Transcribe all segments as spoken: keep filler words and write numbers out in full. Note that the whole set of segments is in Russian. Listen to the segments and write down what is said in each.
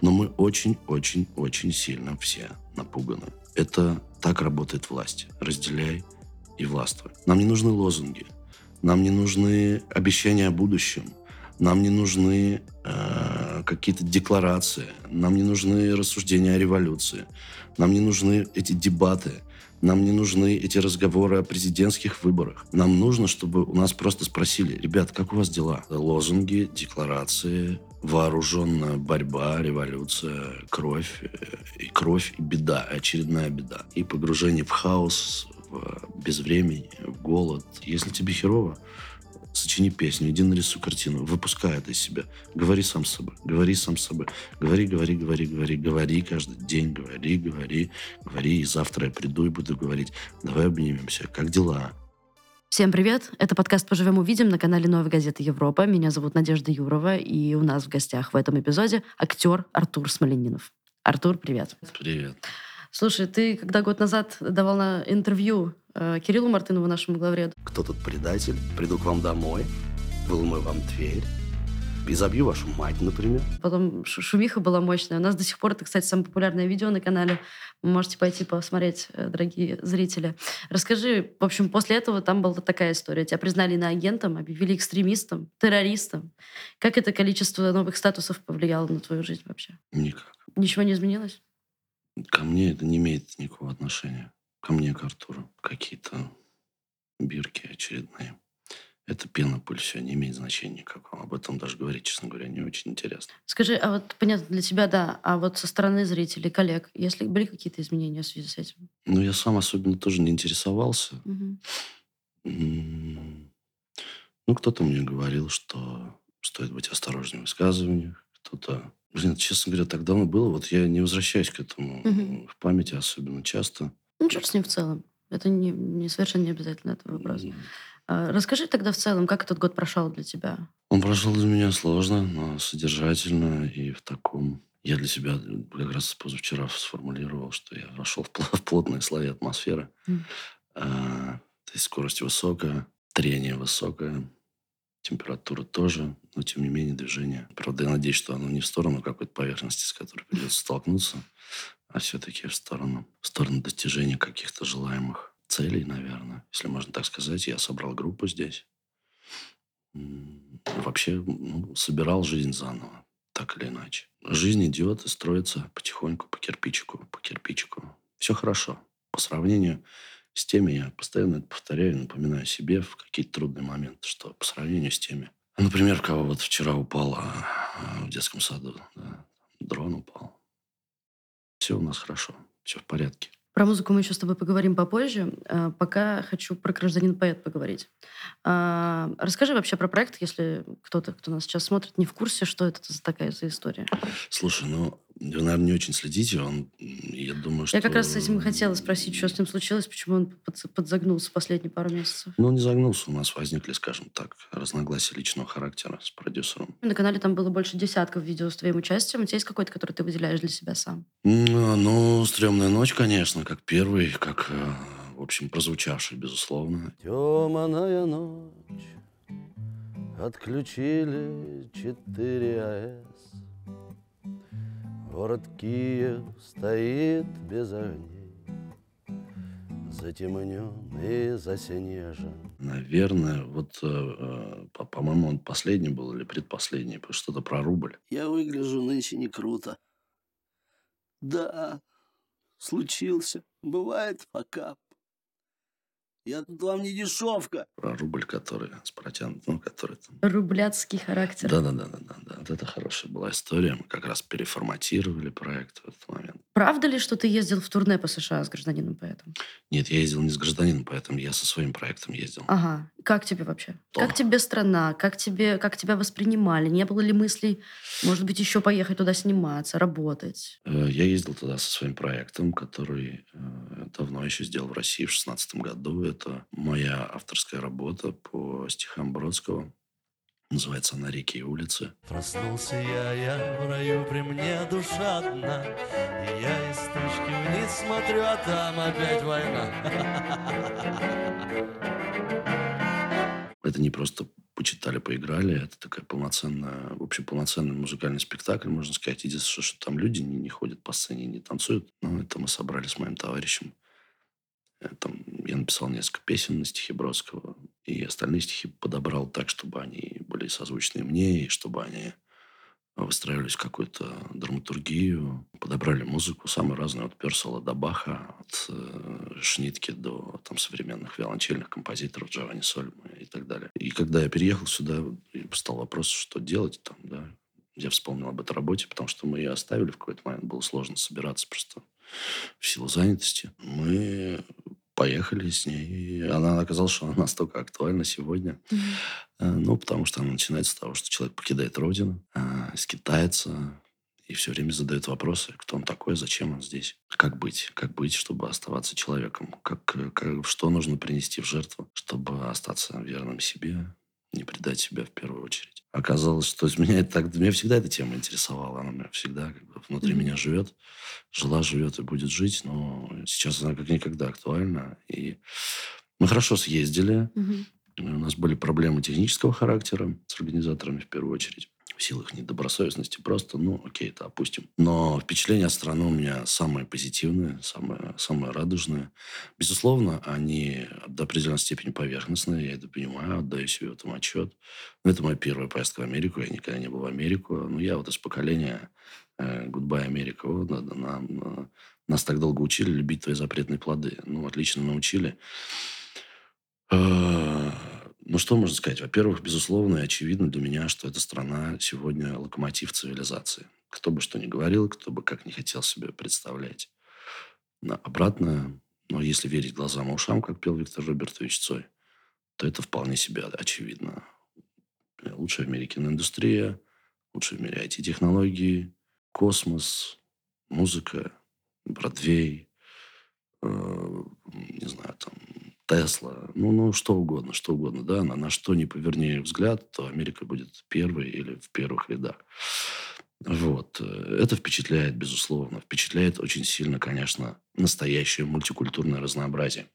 Но мы очень-очень-очень сильно все напуганы. Это так работает власть. Разделяй и властвуй. Нам не нужны лозунги. Нам не нужны обещания о будущем. Нам не нужны э, какие-то декларации. Нам не нужны рассуждения о революции. Нам не нужны эти дебаты. Нам не нужны эти разговоры о президентских выборах. Нам нужно, чтобы у нас просто спросили: ребят, как у вас дела? Лозунги, декларации, вооруженная борьба, революция, кровь, и кровь, и беда, очередная беда. И погружение в хаос, в безвремень, в голод. Если тебе херово, сочини песню, иди нарисуй картину, выпускай это из себя. Говори сам с собой, говори сам с собой. Говори, говори, говори, говори, говори каждый день, говори, говори, говори. И завтра я приду и буду говорить: давай обнимемся, как дела? Всем привет! Это подкаст «Поживем, увидим» на канале «Новой газеты Европа». Меня зовут Надежда Юрова, и у нас в гостях в этом эпизоде актер Артур Смольянинов. Артур, привет. Привет. Слушай, ты когда год назад давал на интервью э, Кириллу Мартынову, нашему главреду. Кто тут предатель? Приду к вам домой, выломаю вам дверь и забью вашу мать, например. Потом шумиха была мощная. У нас до сих пор это, кстати, самое популярное видео на канале. Вы можете пойти посмотреть, дорогие зрители. Расскажи, в общем, после этого там была такая история. Тебя признали иноагентом, объявили экстремистом, террористом. Как это количество новых статусов повлияло на твою жизнь вообще? Никак. Ничего не изменилось? Ко мне это не имеет никакого отношения. Ко мне, к Артуру. Какие-то бирки очередные. Это пена, пыль, все не имеет значения никакого. Об этом даже говорить, честно говоря, не очень интересно. Скажи, а вот понятно для тебя, да, а вот со стороны зрителей, коллег, если были какие-то изменения в связи с этим? Ну, я сам особенно тоже не интересовался. Угу. М, Ну, кто-то мне говорил, что стоит быть осторожнее в высказываниях. Кто-то... Блин, честно говоря, так давно было. Вот я не возвращаюсь к этому Мгм. в памяти особенно часто. Ну, черт с ним в целом. Это не, не совершенно не обязательно этот вопрос. М, А, расскажи тогда в целом, как этот год прошел для тебя? Он прошел для меня сложно, но содержательно и в таком... Я для себя как раз позавчера сформулировал, что я вошел в пл- в плотные слои атмосферы. М. А, то есть скорость высокая, трение высокое, температура тоже, но тем не менее движение. Правда, я надеюсь, что оно не в сторону какой-то поверхности, с которой придется столкнуться, а все-таки в сторону, в сторону достижения каких-то желаемых целей, наверное. Если можно так сказать, я собрал группу здесь. М, Вообще, ну, собирал жизнь заново, так или иначе. Жизнь идет и строится потихоньку, по кирпичику, по кирпичику. Все хорошо. По сравнению с теми, я постоянно это повторяю, напоминаю себе в какие-то трудные моменты, что по сравнению с теми, например, кого вот вчера упал а, а, в детском саду, да, дрон упал. Все у нас хорошо, все в порядке. Про музыку мы еще с тобой поговорим попозже. А, пока хочу про «Гражданин-поэт» поговорить. А, расскажи вообще про проект, если кто-то, кто нас сейчас смотрит, не в курсе, что это за такая за история. Слушай, ну, вы, наверное, не очень следите. Он, м, я думаю, что... Я как раз с этим и хотела спросить, что с ним случилось, почему он подз- подзагнулся последние пару месяцев. Ну, он не загнулся. У нас возникли, скажем так, разногласия личного характера с продюсером. На канале там было больше десятков видео с твоим участием. У тебя есть какой-то, который ты выделяешь для себя сам? Ну, ну, «Стрёмная ночь», конечно, как первый, как, э, в общем, прозвучавший, безусловно. Темная ночь, отключили четыре АЭС. Город Киев стоит без огней, затемнен и заснежен. Наверное, вот, э, э, по- по-моему, он последний был или предпоследний, потому что что-то про рубль. Я выгляжу нынче не круто. Да, случился. Бывает факап. Я тут вам не дешевка. Про рубль, который с протянутым, ну, который там... Рубляцкий характер. Да-да-да-да-да. Вот это хорошая была история. Мы как раз переформатировали проект в этот момент. Правда ли, что ты ездил в турне по США с «Гражданином-поэтом»? Нет, я ездил не с гражданином, поэтому я со своим проектом ездил. Ага. Как тебе вообще? О. Как тебе страна? Как, тебе, как тебя воспринимали? Не было ли мыслей, может быть, еще поехать туда сниматься, работать? Э, Я ездил туда со своим проектом, который э, давно еще сделал в России в шестнадцатом году. Это моя авторская работа по стихам Бродского. Называется она «Реки и улицы». Проснулся я, я в раю, при мне душа одна. И я из тучки вниз смотрю, а там опять война. Это не просто почитали, поиграли. Это такая полноценная, в общем, полноценный музыкальный спектакль, можно сказать. Единственное, что там люди не, не ходят по сцене, не танцуют. Но это мы собрали с моим товарищем. Э, Там я написал несколько песен на стихи Бродского. И остальные стихи подобрал так, чтобы они были созвучны мне, и чтобы они выстраивались в какую-то драматургию, подобрали музыку самую разную, от Персела до Баха, от э, Шнитке до там, современных виолончельных композиторов Джованни Сольма и так далее. И когда я переехал сюда, и встал вопрос, что делать там, да, я вспомнил об этой работе, потому что мы ее оставили в какой-то момент, было сложно собираться просто в силу занятости. Мы поехали с ней, и она оказалась, что она настолько актуальна сегодня. Мгм. Э, Ну, потому что она начинается с того, что человек покидает родину, а, скитается и все время задает вопросы, кто он такой, зачем он здесь, как быть, как быть, чтобы оставаться человеком, как, э, как- что нужно принести в жертву, чтобы остаться верным себе, не предать себя в первую очередь. Оказалось, что есть меня, это так, меня всегда эта тема интересовала, она у меня всегда как бы внутри Мгм. меня живет, жила, живет и будет жить, но сейчас она как никогда актуальна. И мы хорошо съездили, Мгм. у нас были проблемы технического характера с организаторами в первую очередь. В силу их недобросовестности просто, ну, окей, это опустим. Но впечатление от страны у меня самое позитивное, самое, самое радужное. Безусловно, они до определенной степени поверхностные, я это понимаю, отдаю себе в этом отчет. Но это моя первая поездка в Америку, я никогда не был в Америку. Но я вот из поколения э, Goodbye, Америка. Вот, да, да, нам, э, нас так долго учили любить твои запретные плоды. Ну, отлично научили. Э, Ну, что можно сказать? Во-первых, безусловно, и очевидно для меня, что эта страна сегодня локомотив цивилизации. Кто бы что ни говорил, кто бы как не хотел себе представлять. Но обратно, но если верить глазам и ушам, как пел Виктор Робертович Цой, то это вполне себе очевидно. Лучшая в мире киноиндустрия, лучшая в мире ай ти-технологии, космос, музыка, Бродвей, э, не знаю, там, Тесла, ну, ну, что угодно, что угодно, да, на, на что ни поверни взгляд, то Америка будет первой или в первых рядах. Вот. э, Это впечатляет, безусловно. Впечатляет очень сильно, конечно, настоящее мультикультурное разнообразие.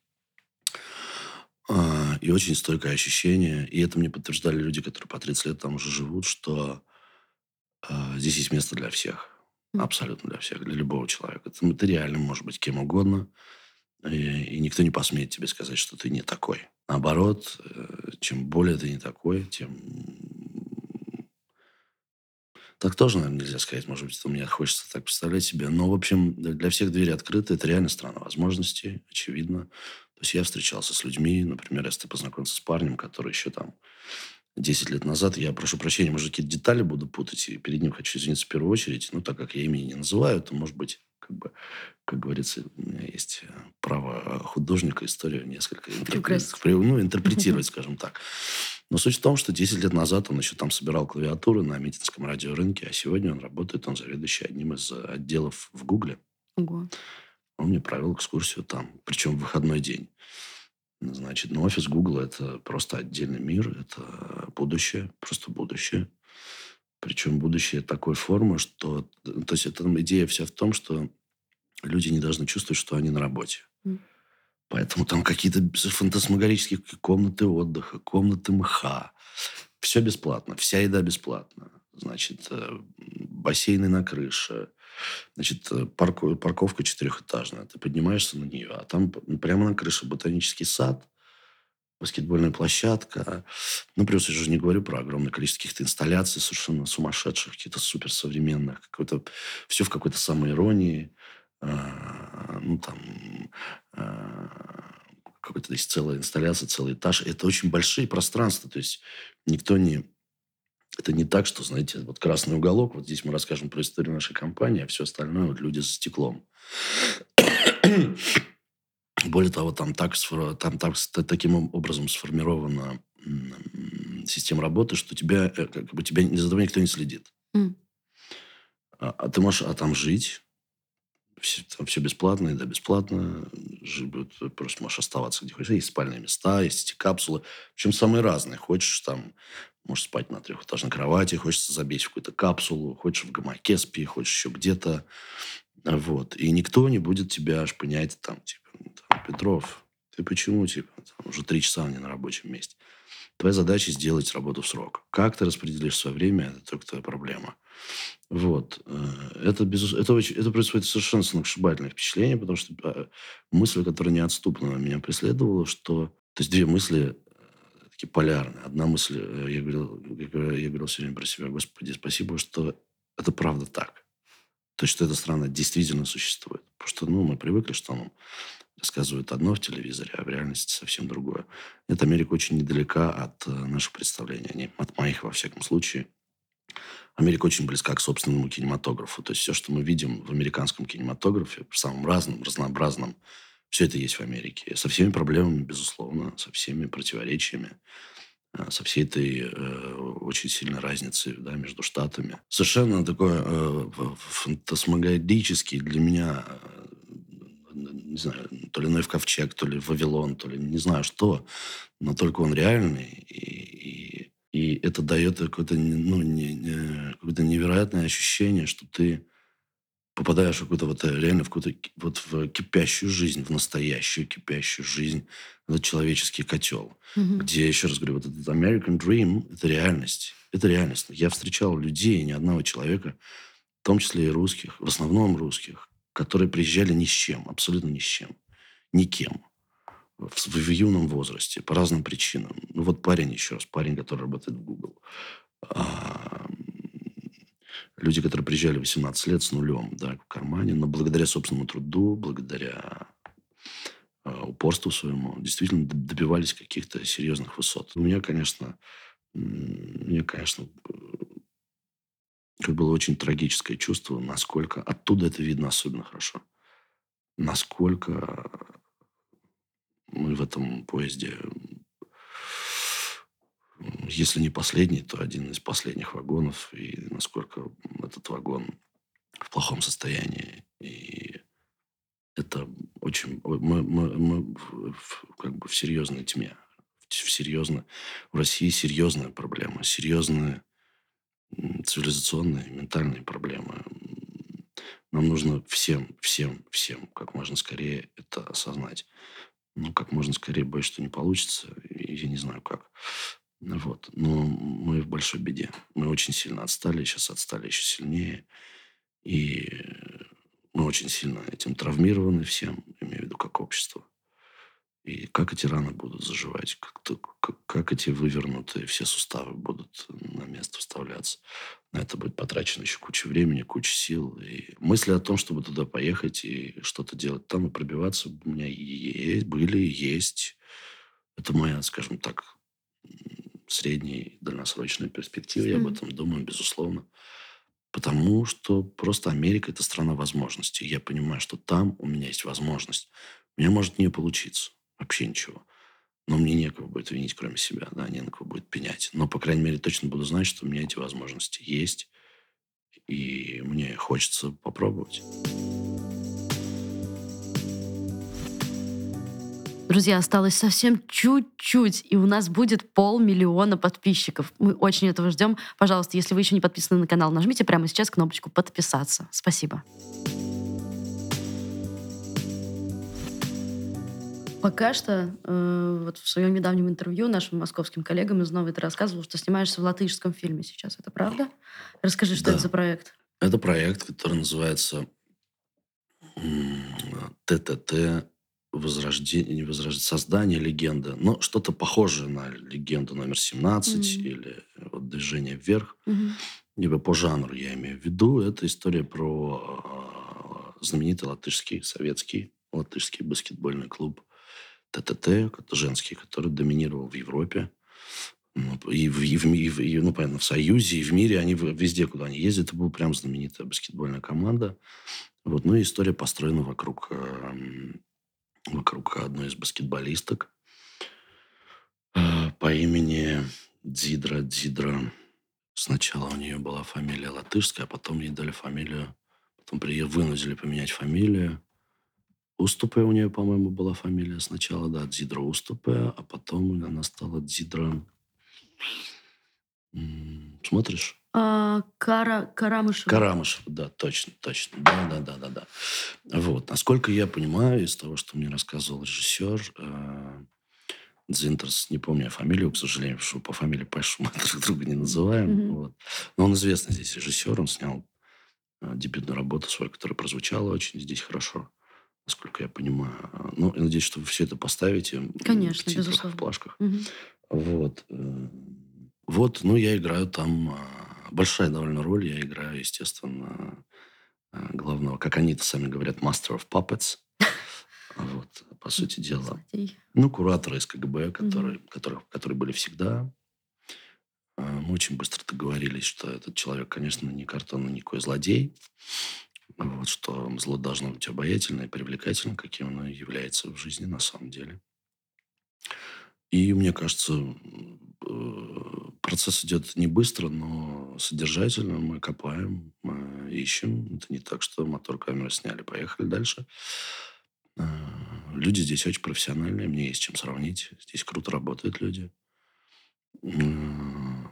А, И очень стойкое ощущение, и это мне подтверждали люди, которые по тридцать лет там уже живут, что а, здесь есть место для всех. М. Абсолютно для всех, для любого человека. Ты, ты реально можешь быть кем угодно, и, и никто не посмеет тебе сказать, что ты не такой. Наоборот, э, чем более ты не такой, тем... Так тоже, наверное, нельзя сказать. Может быть, это мне хочется так представлять себе. Но, в общем, для для всех двери открыты. Это реально страна возможностей, очевидно. То есть я встречался с людьми. Например, если ты познакомился с парнем, который еще там десять лет назад, я прошу прощения, может, какие-то детали буду путать, и перед ним хочу извиниться в первую очередь. Ну, так как я имени не называю, то, может быть, как бы, как говорится, у меня есть э, право художника историю несколько интерпре- Приукрасить. при- ну, интерпретировать, скажем так. Но суть в том, что десять лет назад он еще там собирал клавиатуры на Митинском радиорынке, а сегодня он работает, он заведующий одним из э, отделов в Гугле. Ого. Он мне провел экскурсию там, причем в выходной день. Значит, ну, офис Гугла – это просто отдельный мир, это будущее, просто будущее. Причем будущее такой формы, что... То есть, это идея вся в том, что люди не должны чувствовать, что они на работе. М. Поэтому там какие-то фантасмагорические комнаты отдыха, комнаты мха. Все бесплатно, вся еда бесплатна. Значит, э, бассейны на крыше. Значит, э, парку- парковка четырехэтажная. Ты поднимаешься на нее, а там п- прямо на крыше ботанический сад, баскетбольная площадка. Ну, плюс я же не говорю про огромное количество каких-то инсталляций совершенно сумасшедших, каких-то суперсовременных. Какое-то, все в какой-то самоиронии. А, ну, там... а, какой-то есть целая инсталляция, целый этаж. Это очень большие пространства. То есть никто не... Это не так, что, знаете, вот красный уголок, вот здесь мы расскажем про историю нашей компании, а все остальное вот люди за стеклом. Более того, там так, сфор- там так с- та- таким об- образом сформирована м, система работы, что тебя, э, как бы тебя, за тобой никто не следит. М. А, а ты можешь а там жить, все, там все бесплатно, еда бесплатно, живут, просто можешь оставаться где хочешь. Есть спальные места, есть эти капсулы, причем самые разные. Хочешь там, можешь спать на трехэтажной кровати, хочешь забить в какую-то капсулу, хочешь в гамаке спи, хочешь еще где-то. Вот. И никто не будет тебя шпынять там, типа, ну, там, Петров, ты почему, типа, там, уже три часа не на рабочем месте. Твоя задача сделать работу в срок. Как ты распределишь свое время, это только твоя проблема. Вот. Э, Это, безус... это, очень... это происходит совершенно сногсшибательное впечатление, потому что э, мысль, которая неотступно меня преследовала, что... То есть две мысли э, такие полярные. Одна мысль, э, я говорил, я говорил, я говорил все время про себя: Господи, спасибо, что это правда так. То есть, что эта страна действительно существует. Потому что, ну, мы привыкли, что нам рассказывают одно в телевизоре, а в реальности совсем другое. Эта Америка очень недалека от э, наших представлений. Они, от моих, во всяком случае. Америка очень близка к собственному кинематографу. То есть все, что мы видим в американском кинематографе, в самом разном, разнообразном, все это есть в Америке. Со всеми проблемами, безусловно, со всеми противоречиями, э, со всей этой э, очень сильной разницей, да, между штатами. Совершенно такой э, фантасмагорический для меня, э, не знаю, то ли Ноев ковчег, то ли Вавилон, то ли не знаю что, но только он реальный. И, и, и это дает какое-то, ну, не, не, какое-то невероятное ощущение, что ты попадаешь в какую-то вот э, реально в какую-то ки- вот в кипящую жизнь, в настоящую кипящую жизнь, этот человеческий котел, Мгм. где, еще раз говорю, вот этот American Dream – это реальность. Это реальность. Я встречал людей, ни одного человека, в том числе и русских, в основном русских, которые приезжали ни с чем, абсолютно ни с чем, никем, в, в- в юном возрасте, по разным причинам. Ну вот парень, еще раз, парень, который работает в Google. А, Люди, которые приезжали в восемнадцать лет с нулем, да, в кармане, но благодаря собственному труду, благодаря а, упорству своему, действительно д- добивались каких-то серьезных высот. У меня, конечно, м, мне, конечно, как было очень трагическое чувство, насколько оттуда это видно особенно хорошо. Насколько мы в этом поезде, м, если не последний, то один из последних вагонов, и насколько этот вагон в плохом состоянии. И это очень... о- Мы, мы- мы в, в- как бы в серьезной тьме. В, в серьезно... В России серьезная проблема. Серьезные м, цивилизационные, ментальные проблемы. М, Нам нужно всем, всем, всем как можно скорее это осознать. Ну, как можно скорее, боюсь, что не получится. И я не знаю, как. Ну вот. Но мы в большой беде. Мы очень сильно отстали. Сейчас отстали еще сильнее. И мы очень сильно этим травмированы всем, имею в виду как общество. И как эти раны будут заживать, как, то- как, как эти вывернутые все суставы будут на место вставляться. На это будет потрачено еще куча времени, куча сил. И мысли о том, чтобы туда поехать и что-то делать там и пробиваться, у меня есть, были, есть. Это моя, скажем так, м, средняя и дальносрочная перспектива. Я об Мгм. этом думаю, безусловно. Потому что просто Америка – это страна возможностей. Я понимаю, что там у меня есть возможность. У меня может не получиться вообще ничего. Но мне некого будет винить, кроме себя. Да, не на кого будет пенять. Но, по крайней мере, точно буду знать, что у меня эти возможности есть. И мне хочется попробовать. Друзья, осталось совсем чуть-чуть, и у нас будет полмиллиона подписчиков. Мы очень этого ждем. Пожалуйста, если вы еще не подписаны на канал, нажмите прямо сейчас кнопочку «Подписаться». Спасибо. Пока что, э, вот в своем недавнем интервью нашим московским коллегам из «Новой» ты рассказывал, что снимаешься в латышском фильме сейчас. Это правда? Расскажи, что это Да, за проект. это проект, который называется м, ТТТ возрождение, не возрождение, создание легенды. Но что-то похожее на легенду номер семнадцать М, или вот движение вверх. мгм. Либо по жанру я имею в виду. Это история про а, знаменитый латышский, советский латышский баскетбольный клуб ТТТ, это женский, который доминировал в Европе. Ну, И в, и в ми- и в- и, ну, понятно, в Союзе, и в мире. Они в- везде, куда они ездят, это была прям знаменитая баскетбольная команда. Вот. Ну и история построена вокруг, эм, вокруг одной из баскетболисток э, по имени Дзидра Дзидра. Сначала у нее была фамилия латышская, а потом ей дали фамилию... Потом при- ее вынудили поменять фамилию. Уступе у нее, по-моему, была фамилия сначала, да, Дзидра Уступе, а потом она стала Дзидра... м, Смотришь? А, Кара, Карамышева. Карамышева, да, точно, точно. Да, да, да, да, да. Вот. Насколько я понимаю, из того, что мне рассказывал режиссер, э, Дзинтерс, не помню я фамилию, к сожалению, потому что по фамилии Пэш мы друг друга не называем. Мгм. Вот. Но он известный здесь режиссер, он снял э, дебютную работу свою, которая прозвучала очень здесь хорошо, насколько я понимаю. Ну, я надеюсь, что вы все это поставите м, в Конечно, титрах, в безусловно. плашках. Мгм. Вот. э, Вот, ну, я играю там... а, Большая довольно роль. Я играю, естественно, а, главного, как они-то сами говорят, Master of Puppets. Вот, по сути дела. Злодей. Ну, кураторы из КГБ, Мгм. которые, которые, которые были всегда. А, Мы очень быстро договорились, что этот человек, конечно, не картонный никакой злодей. Вот, что зло должно быть обаятельно и привлекательно, каким оно и является в жизни на самом деле. И мне кажется, м, э, процесс идет не быстро, но содержательно. Мы копаем, мы ищем. Это не так, что мотор камеры сняли, поехали дальше. Э, Люди здесь очень профессиональные, мне есть чем сравнить. Здесь круто работают люди. М,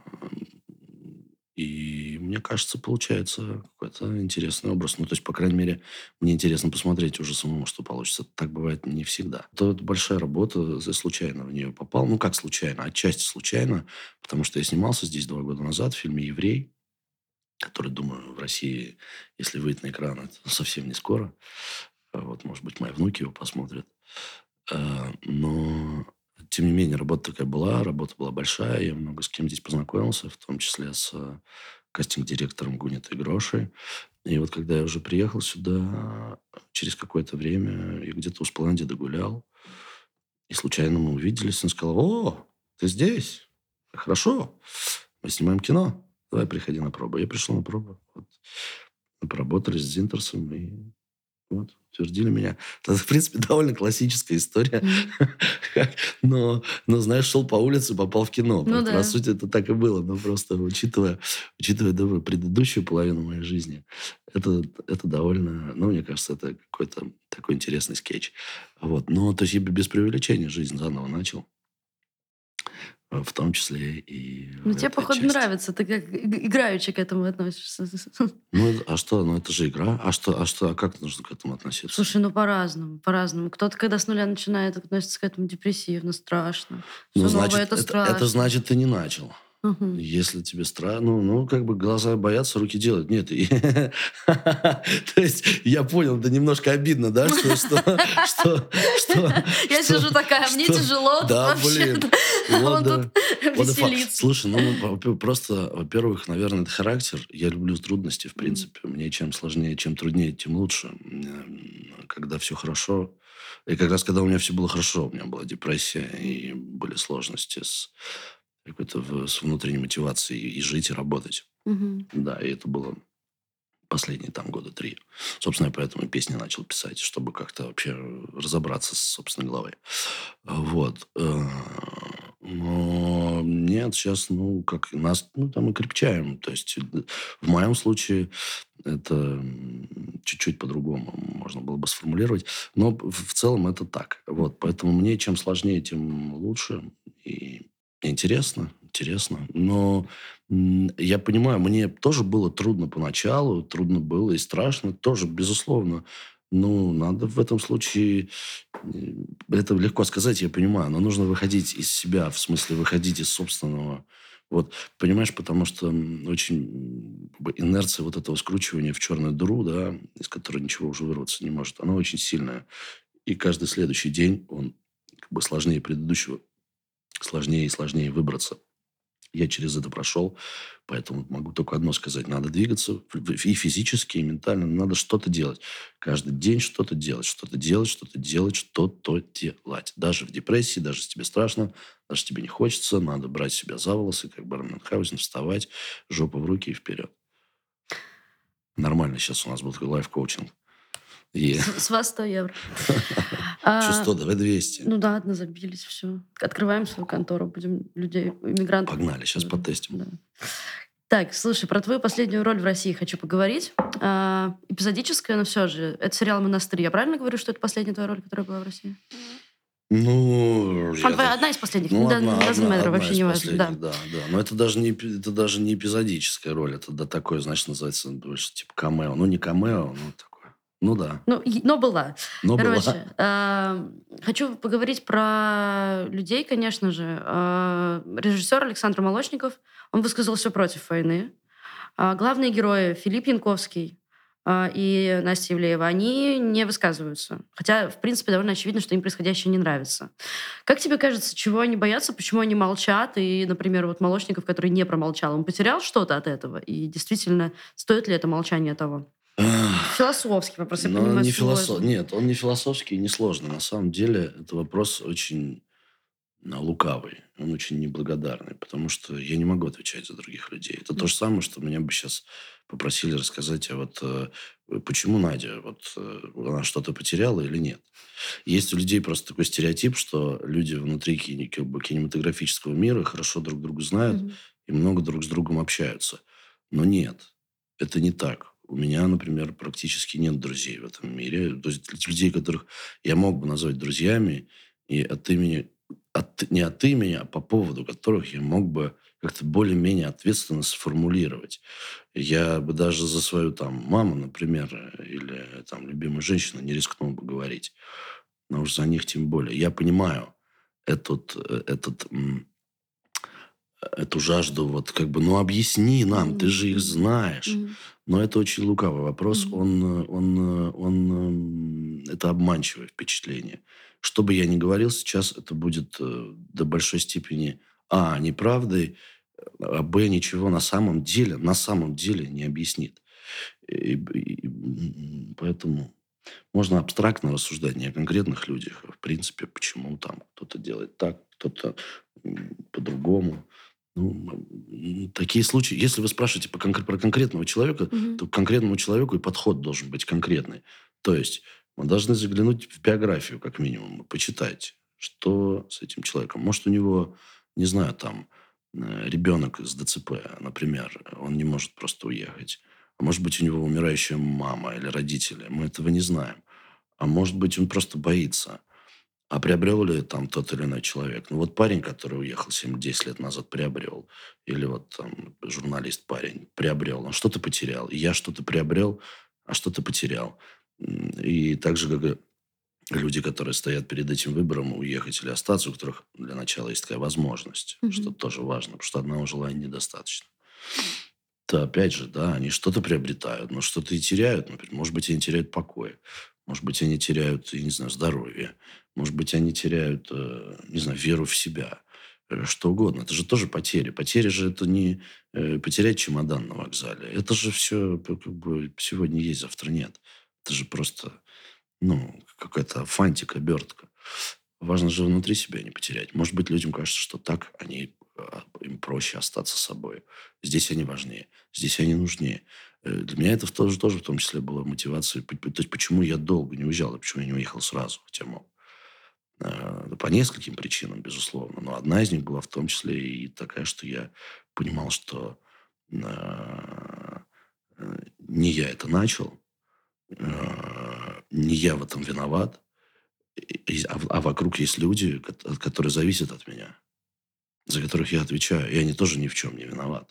И мне кажется, получается какой-то интересный образ. Ну, то есть, по крайней мере, мне интересно посмотреть уже самому, что получится. Так бывает не всегда. То это большая работа, я случайно в нее попал. Ну, как случайно? Отчасти случайно, потому что я снимался здесь два года назад в фильме «Еврей», который, думаю, в России, если выйдет на экран, это совсем не скоро. А Вот, может быть, мои внуки его посмотрят. Э, Но, тем не менее, работа такая была, работа была большая. Я много с кем здесь познакомился, в том числе с э, кастинг-директором Гунитой Грошей. И вот когда я уже приехал сюда, через какое-то время, я где-то у Спланди догулял, и случайно мы увиделись, он сказал: «О, ты здесь? Хорошо, мы снимаем кино. Давай, приходи на пробу». Я пришел на пробу. Вот. Мы поработали с Зинтерсом, и вот, утвердили меня. Это, в принципе, довольно классическая история. Мгм. Но, но, знаешь, шел по улице, попал в кино. Ну По да. сути, это так и было. Но просто учитывая, учитывая думаю, предыдущую половину моей жизни, это, это довольно... Ну, мне кажется, это какой-то такой интересный скетч. Вот. Но, то есть, я без преувеличения жизнь заново начал. э, В том числе и Ну, в тебе, этой походу, части. нравится. Ты как иг- играючи к этому относишься. Ну, это- а что? Ну, это же игра. А что? А что? А как нужно к этому относиться? Слушай, ну по-разному, по-разному. Кто-то, когда с нуля начинает, относится к этому депрессивно, страшно. Ну, Все новое — значит, это это, страшно. это значит, ты не начал. Мгм. Если тебе страшно, ну, ну, как бы глаза боятся, руки делать. Нет. и- То есть, я понял, это немножко обидно, да, что... что, что, что, Я что- сижу такая, мне что- тяжело тут Да, вообще. блин. А Вот он да. тут Вот и факт. веселится. Слушай, ну, ну, во- просто, во-первых, наверное, это характер. Я люблю трудности, в Мгм. принципе. Мне чем сложнее, чем труднее, тем лучше. М, Когда все хорошо. И как раз, когда у меня все было хорошо, у меня была депрессия и были сложности с какой-то в- с внутренней мотивацией и жить, и работать. Мгм. Да, и это было последние там года три. Собственно, я поэтому и песни начал писать, чтобы как-то вообще разобраться с собственной головой. Вот. Э, Но нет, сейчас, ну, как нас, ну, там и крепчаем. То есть, э, в моем случае это м, чуть-чуть по-другому можно было бы сформулировать. Но в в целом это так. Вот. Поэтому мне чем сложнее, тем лучше. И интересно, интересно. Но м, я понимаю, мне тоже было трудно поначалу, трудно было и страшно тоже, безусловно. Ну, надо в этом случае, э, это легко сказать, я понимаю, но нужно выходить из себя, в смысле выходить из собственного, вот, понимаешь, потому что м, очень м, как бы инерция вот этого скручивания в черную дыру, да, из которой ничего уже вырваться не может, она очень сильная. И каждый следующий день, он как бы сложнее предыдущего, сложнее и сложнее выбраться. Я через это прошел, поэтому могу только одно сказать. Надо двигаться в- в- и физически, и ментально. Надо что-то делать. Каждый день что-то делать. Что-то делать, что-то делать, что-то делать. Даже в депрессии, даже если тебе страшно, даже если тебе не хочется, надо брать себя за волосы, как Барон Мюнхгаузен, вставать, жопу в руки и вперед. Нормально сейчас у нас был такой лайф-коучинг. И С с вас сто евро. что А, сто, давай двести. Ну да, одна забились, все. Открываем свою контору, будем людей, иммигрантов. Погнали, сейчас Да, потестим. да. Так, слушай, про твою последнюю роль в России хочу поговорить. А, эпизодическая, но все же. Это сериал «Монастырь». Я правильно говорю, что это последняя твоя роль, которая была в России? Ну, Он я твоя так- одна из последних. Ну, Да, одна, doesn't одна, matter, одна вообще из не важно. последних, Да. да, да. Но это даже не, эпи- это даже не эпизодическая роль. Это да, такое, значит, называется больше типа камео. Ну, не камео, но такое. Ну да, Ну, и- но была. но была. Короче, э, хочу поговорить про людей, конечно же. Э, режиссер Александр Молочников, он высказался против войны. А главные герои Филипп Янковский а, и Настя Ивлеева, они не высказываются. Хотя, в принципе, довольно очевидно, что им происходящее не нравится. Как тебе кажется, чего они боятся, почему они молчат? И, например, вот Молочников, который не промолчал, он потерял что-то от этого? И действительно, стоит ли это молчание того? Ах, Философский вопрос, я Но понимаю, не философ... сложный. Нет, он не философский и не сложный. На самом деле, это вопрос очень а, лукавый. Он очень неблагодарный, потому что я не могу отвечать за других людей. Это то же самое, что меня бы сейчас попросили рассказать, а вот э, почему Надя, вот э, она что-то потеряла или нет. Есть у людей просто такой стереотип, что люди внутри кине- как бы кинематографического мира хорошо друг друга знают Мгм. и много друг с другом общаются. Но нет, это не так. У меня, например, практически нет друзей в этом мире. То есть людей, которых я мог бы назвать друзьями, и от имени, от, не от имени, а по поводу которых я мог бы как-то более-менее ответственно сформулировать. Я бы даже за свою там маму, например, или там любимую женщину не рискнул бы говорить. Но уж за них тем более. Я понимаю этот, э, этот, м, эту жажду, вот как бы, ну объясни нам, ты Мгм. же их Мгм. знаешь. Мгм. Но это очень лукавый вопрос, Мгм. он, э, он, э, он, м, это обманчивое впечатление. Что бы я ни говорил сейчас, это будет э, до большой степени а, неправдой, а б, ничего на самом деле, на самом деле не объяснит. И, и, м, поэтому можно абстрактно рассуждать не о конкретных людях, а в принципе, почему там кто-то делает так, кто-то м, по-другому. Ну, м, такие случаи. Если вы спрашиваете по конкр- про конкретного человека, Мгм. то к конкретному человеку и подход должен быть конкретный. То есть мы должны заглянуть в биографию, как минимум, и почитать, что с этим человеком. Может, у него, не знаю, там э, ребенок с ДЦП, например, он не может просто уехать. А может быть, у него умирающая мама или родители. Мы этого не знаем. А может быть, он просто боится. А приобрел ли там тот или иной человек? Ну, вот парень, который уехал семь-десять лет назад, приобрел. Или вот там журналист-парень приобрел. Он что-то потерял. И я что-то приобрел, а что-то потерял. М, И так же, как и люди, которые стоят перед этим выбором, уехать или остаться, у которых для начала есть такая возможность, что Мгм. тоже важно, потому что одного желания недостаточно. То опять же, да, они что-то приобретают, но что-то и теряют. Например, может быть, они теряют покой. Может быть, они теряют, я не знаю, здоровье. Может быть, они теряют, э, не знаю, веру в себя. Э, Что угодно. Это же тоже потери. Потери же это не э, потерять чемодан на вокзале. Это же все как бы сегодня есть, завтра нет. Это же просто, ну, какая-то фантик, обертка. Важно же внутри себя не потерять. Может быть, людям кажется, что так они, а, им проще остаться собой. Здесь они важнее, здесь они нужнее. Э, Для меня это в тоже, тоже в том числе была мотивацией. П- п- То есть, почему я долго не уезжал, и почему я не уехал сразу, хотя мог. А, да по нескольким причинам, безусловно. Но одна из них была в том числе и такая, что я понимал, что а, э, не я это начал, а, не я в этом виноват, и- а, в- а вокруг есть люди, кот- которые зависят от меня, за которых я отвечаю, и они тоже ни в чем не виноваты.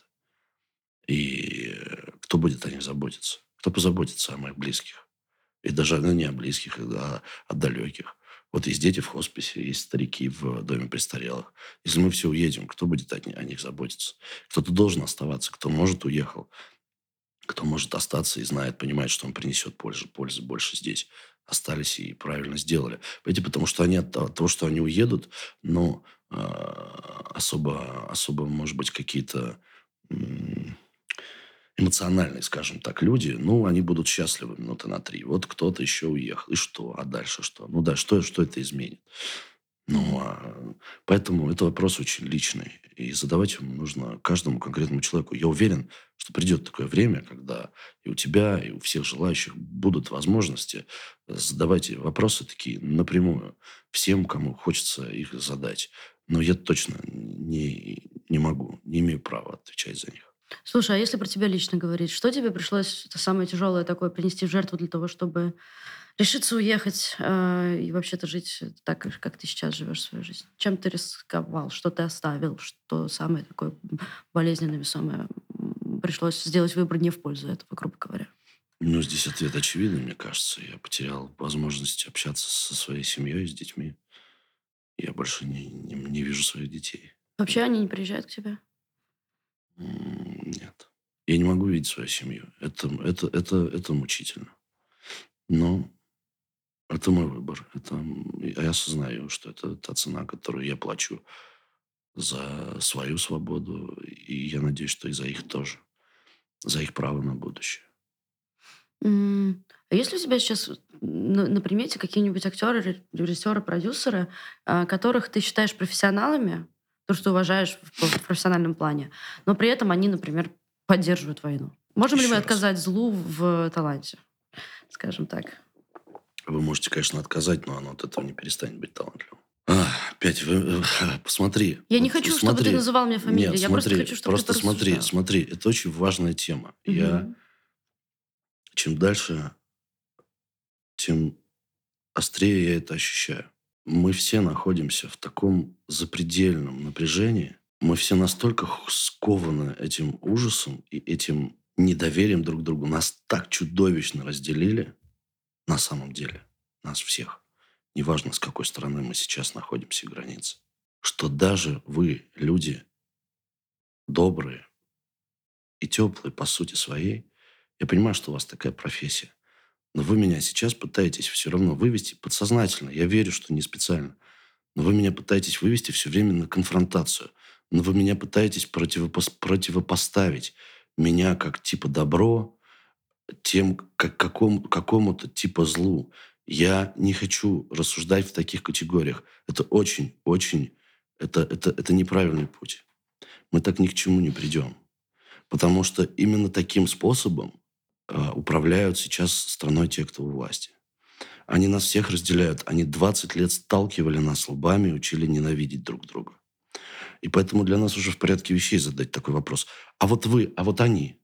И э, кто будет о них заботиться? Кто позаботится о моих близких? И даже ну, не о близких, а о далеких. Вот есть дети в хосписе, есть старики в доме престарелых. Если мы все уедем, кто будет о, ни- о них заботиться? Кто-то должен оставаться, кто может, уехал. Кто может остаться и знает, понимает, что он принесет пользу, пользы больше здесь. Остались и правильно сделали. Понимаете, потому что они от того, от того, что они уедут, ну, а, особо, особо, может быть, какие-то м, эмоциональные, скажем так, люди, ну, они будут счастливы минуты на три. Вот кто-то еще уехал. И что? А дальше что? Ну да, что, что это изменит? Ну, Мгм. а, поэтому это вопрос очень личный. И задавать его нужно каждому конкретному человеку. Я уверен, что придет такое время, когда и у тебя, и у всех желающих будут возможности задавать вопросы такие напрямую всем, кому хочется их задать. Но я точно не, не могу, не имею права отвечать за них. Слушай, а если про тебя лично говорить, что тебе пришлось это самое тяжелое такое принести в жертву для того, чтобы решиться уехать э, и вообще-то жить так, как как ты сейчас живешь свою жизнь? Чем ты рисковал? Что ты оставил? Что самое такое м, болезненное, весомое м, пришлось сделать выбор не в пользу этого, грубо говоря? Ну, здесь ответ очевидный, мне кажется. Я потерял возможность общаться со своей семьей, с детьми. Я больше не, не, не вижу своих детей. Вообще они не приезжают к тебе? М, Нет. Я не могу видеть свою семью. Это, это, это, это мучительно. Но это мой выбор. Это, м, я осознаю, что это та цена, которую я плачу за свою свободу. И я надеюсь, что и за их тоже. За их право на будущее. М, А есть ли у тебя сейчас на, на примете какие-нибудь актеры, ре- режиссеры, продюсеры, а, которых ты считаешь профессионалами, то, что уважаешь в, в профессиональном плане, но при этом они, например, поддерживают войну? Можем ли мы Еще раз. отказать злу в таланте, скажем так? Вы можете, конечно, отказать, но оно от этого не перестанет быть талантливым. А, опять, вы, э, посмотри. Я не Вот хочу, чтобы ты смотри. называл мне фамилии. Нет, Я просто смотри. хочу, чтобы ты Просто смотри, порассуждал. смотри. Это очень важная тема. Я Мгм. чем дальше, тем острее я это ощущаю. Мы все находимся в таком запредельном напряжении. Мы все настолько х- скованы этим ужасом и этим недоверием друг к другу. Нас так чудовищно разделили на самом деле. Нас всех. Неважно, с какой стороны мы сейчас находимся границы. Что даже вы, люди добрые и теплые по сути своей, я понимаю, что у вас такая профессия. Но вы меня сейчас пытаетесь все равно вывести подсознательно. Я верю, что не специально. Но вы меня пытаетесь вывести все время на конфронтацию. Но вы меня пытаетесь противопос- противопоставить меня как типа добро тем, как какому, какому-то типа злу. Я не хочу рассуждать в таких категориях. Это очень, очень, это, это, это неправильный путь. Мы так ни к чему не придем. Потому что именно таким способом а, управляют сейчас страной те, кто у власти. Они нас всех разделяют. Они двадцать лет сталкивали нас лбами и учили ненавидеть друг друга. И поэтому для нас уже в порядке вещей задать такой вопрос. А вот вы, а вот они?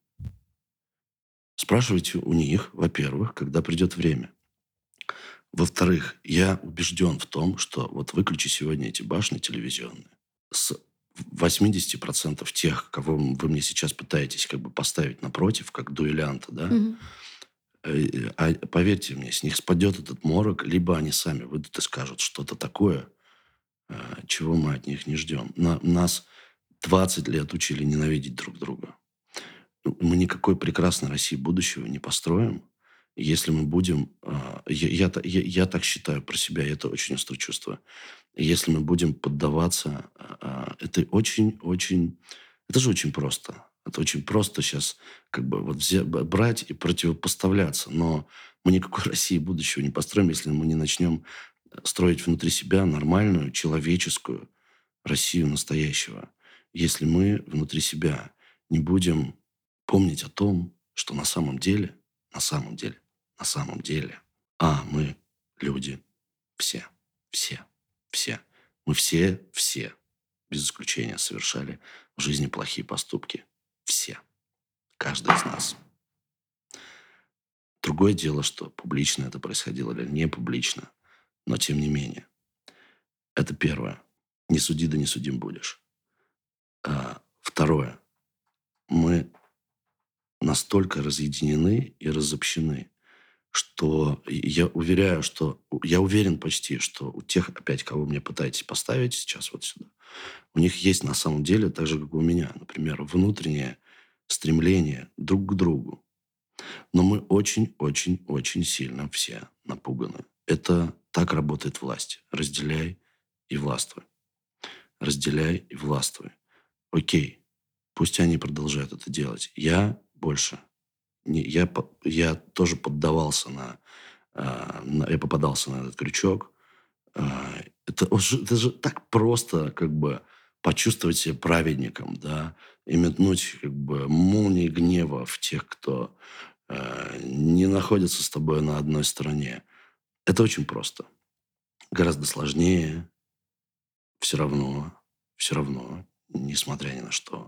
Спрашивайте у них, во-первых, когда придет время. Во-вторых, я убежден в том, что вот выключи сегодня эти башни телевизионные. С восемьдесят процентов тех, кого вы мне сейчас пытаетесь как бы поставить напротив, как дуэлянта, да, Мгм. э, а поверьте мне, с них спадет этот морок, либо они сами выйдут и скажут что-то такое, э, чего мы от них не ждем. На, нас двадцать лет учили ненавидеть друг друга. Ну, мы никакой прекрасной России будущего не построим, если мы будем... а, Я, я, та- я- я так считаю про себя, я это очень остро чувствую. Если мы будем поддаваться... а, а, Это очень-очень... Это же очень просто. Это очень просто сейчас как бы вот взя- б- брать и противопоставляться. Но мы никакой России будущего не построим, если мы не начнем э, строить внутри себя нормальную, человеческую Россию настоящего. Если мы внутри себя не будем помнить о том, что на самом деле, на самом деле, на самом деле, а мы люди все, все, все. Мы все, все, без исключения, совершали в жизни плохие поступки. Все. Каждый из нас. Другое дело, что публично это происходило или не публично. Но тем не менее. Это первое. Не суди, да не судим будешь. А, второе. Мы настолько разъединены и разобщены, что я уверяю, что... Я уверен почти, что у тех, опять, кого мне пытаетесь поставить сейчас вот сюда, у них есть на самом деле, так же, как у меня, например, внутреннее стремление друг к другу. Но мы очень-очень-очень сильно все напуганы. Это так работает власть. Разделяй и властвуй. Разделяй и властвуй. Окей, пусть они продолжают это делать. Я больше не, я, по- я тоже поддавался на, а, на- я попадался на этот крючок. А, это, уж- это же так просто, как бы, почувствовать себя праведником, да, и метнуть, как бы, молнии гнева в тех, кто а, не находится с тобой на одной стороне. Это очень просто. Гораздо сложнее все равно, все равно, несмотря ни на что,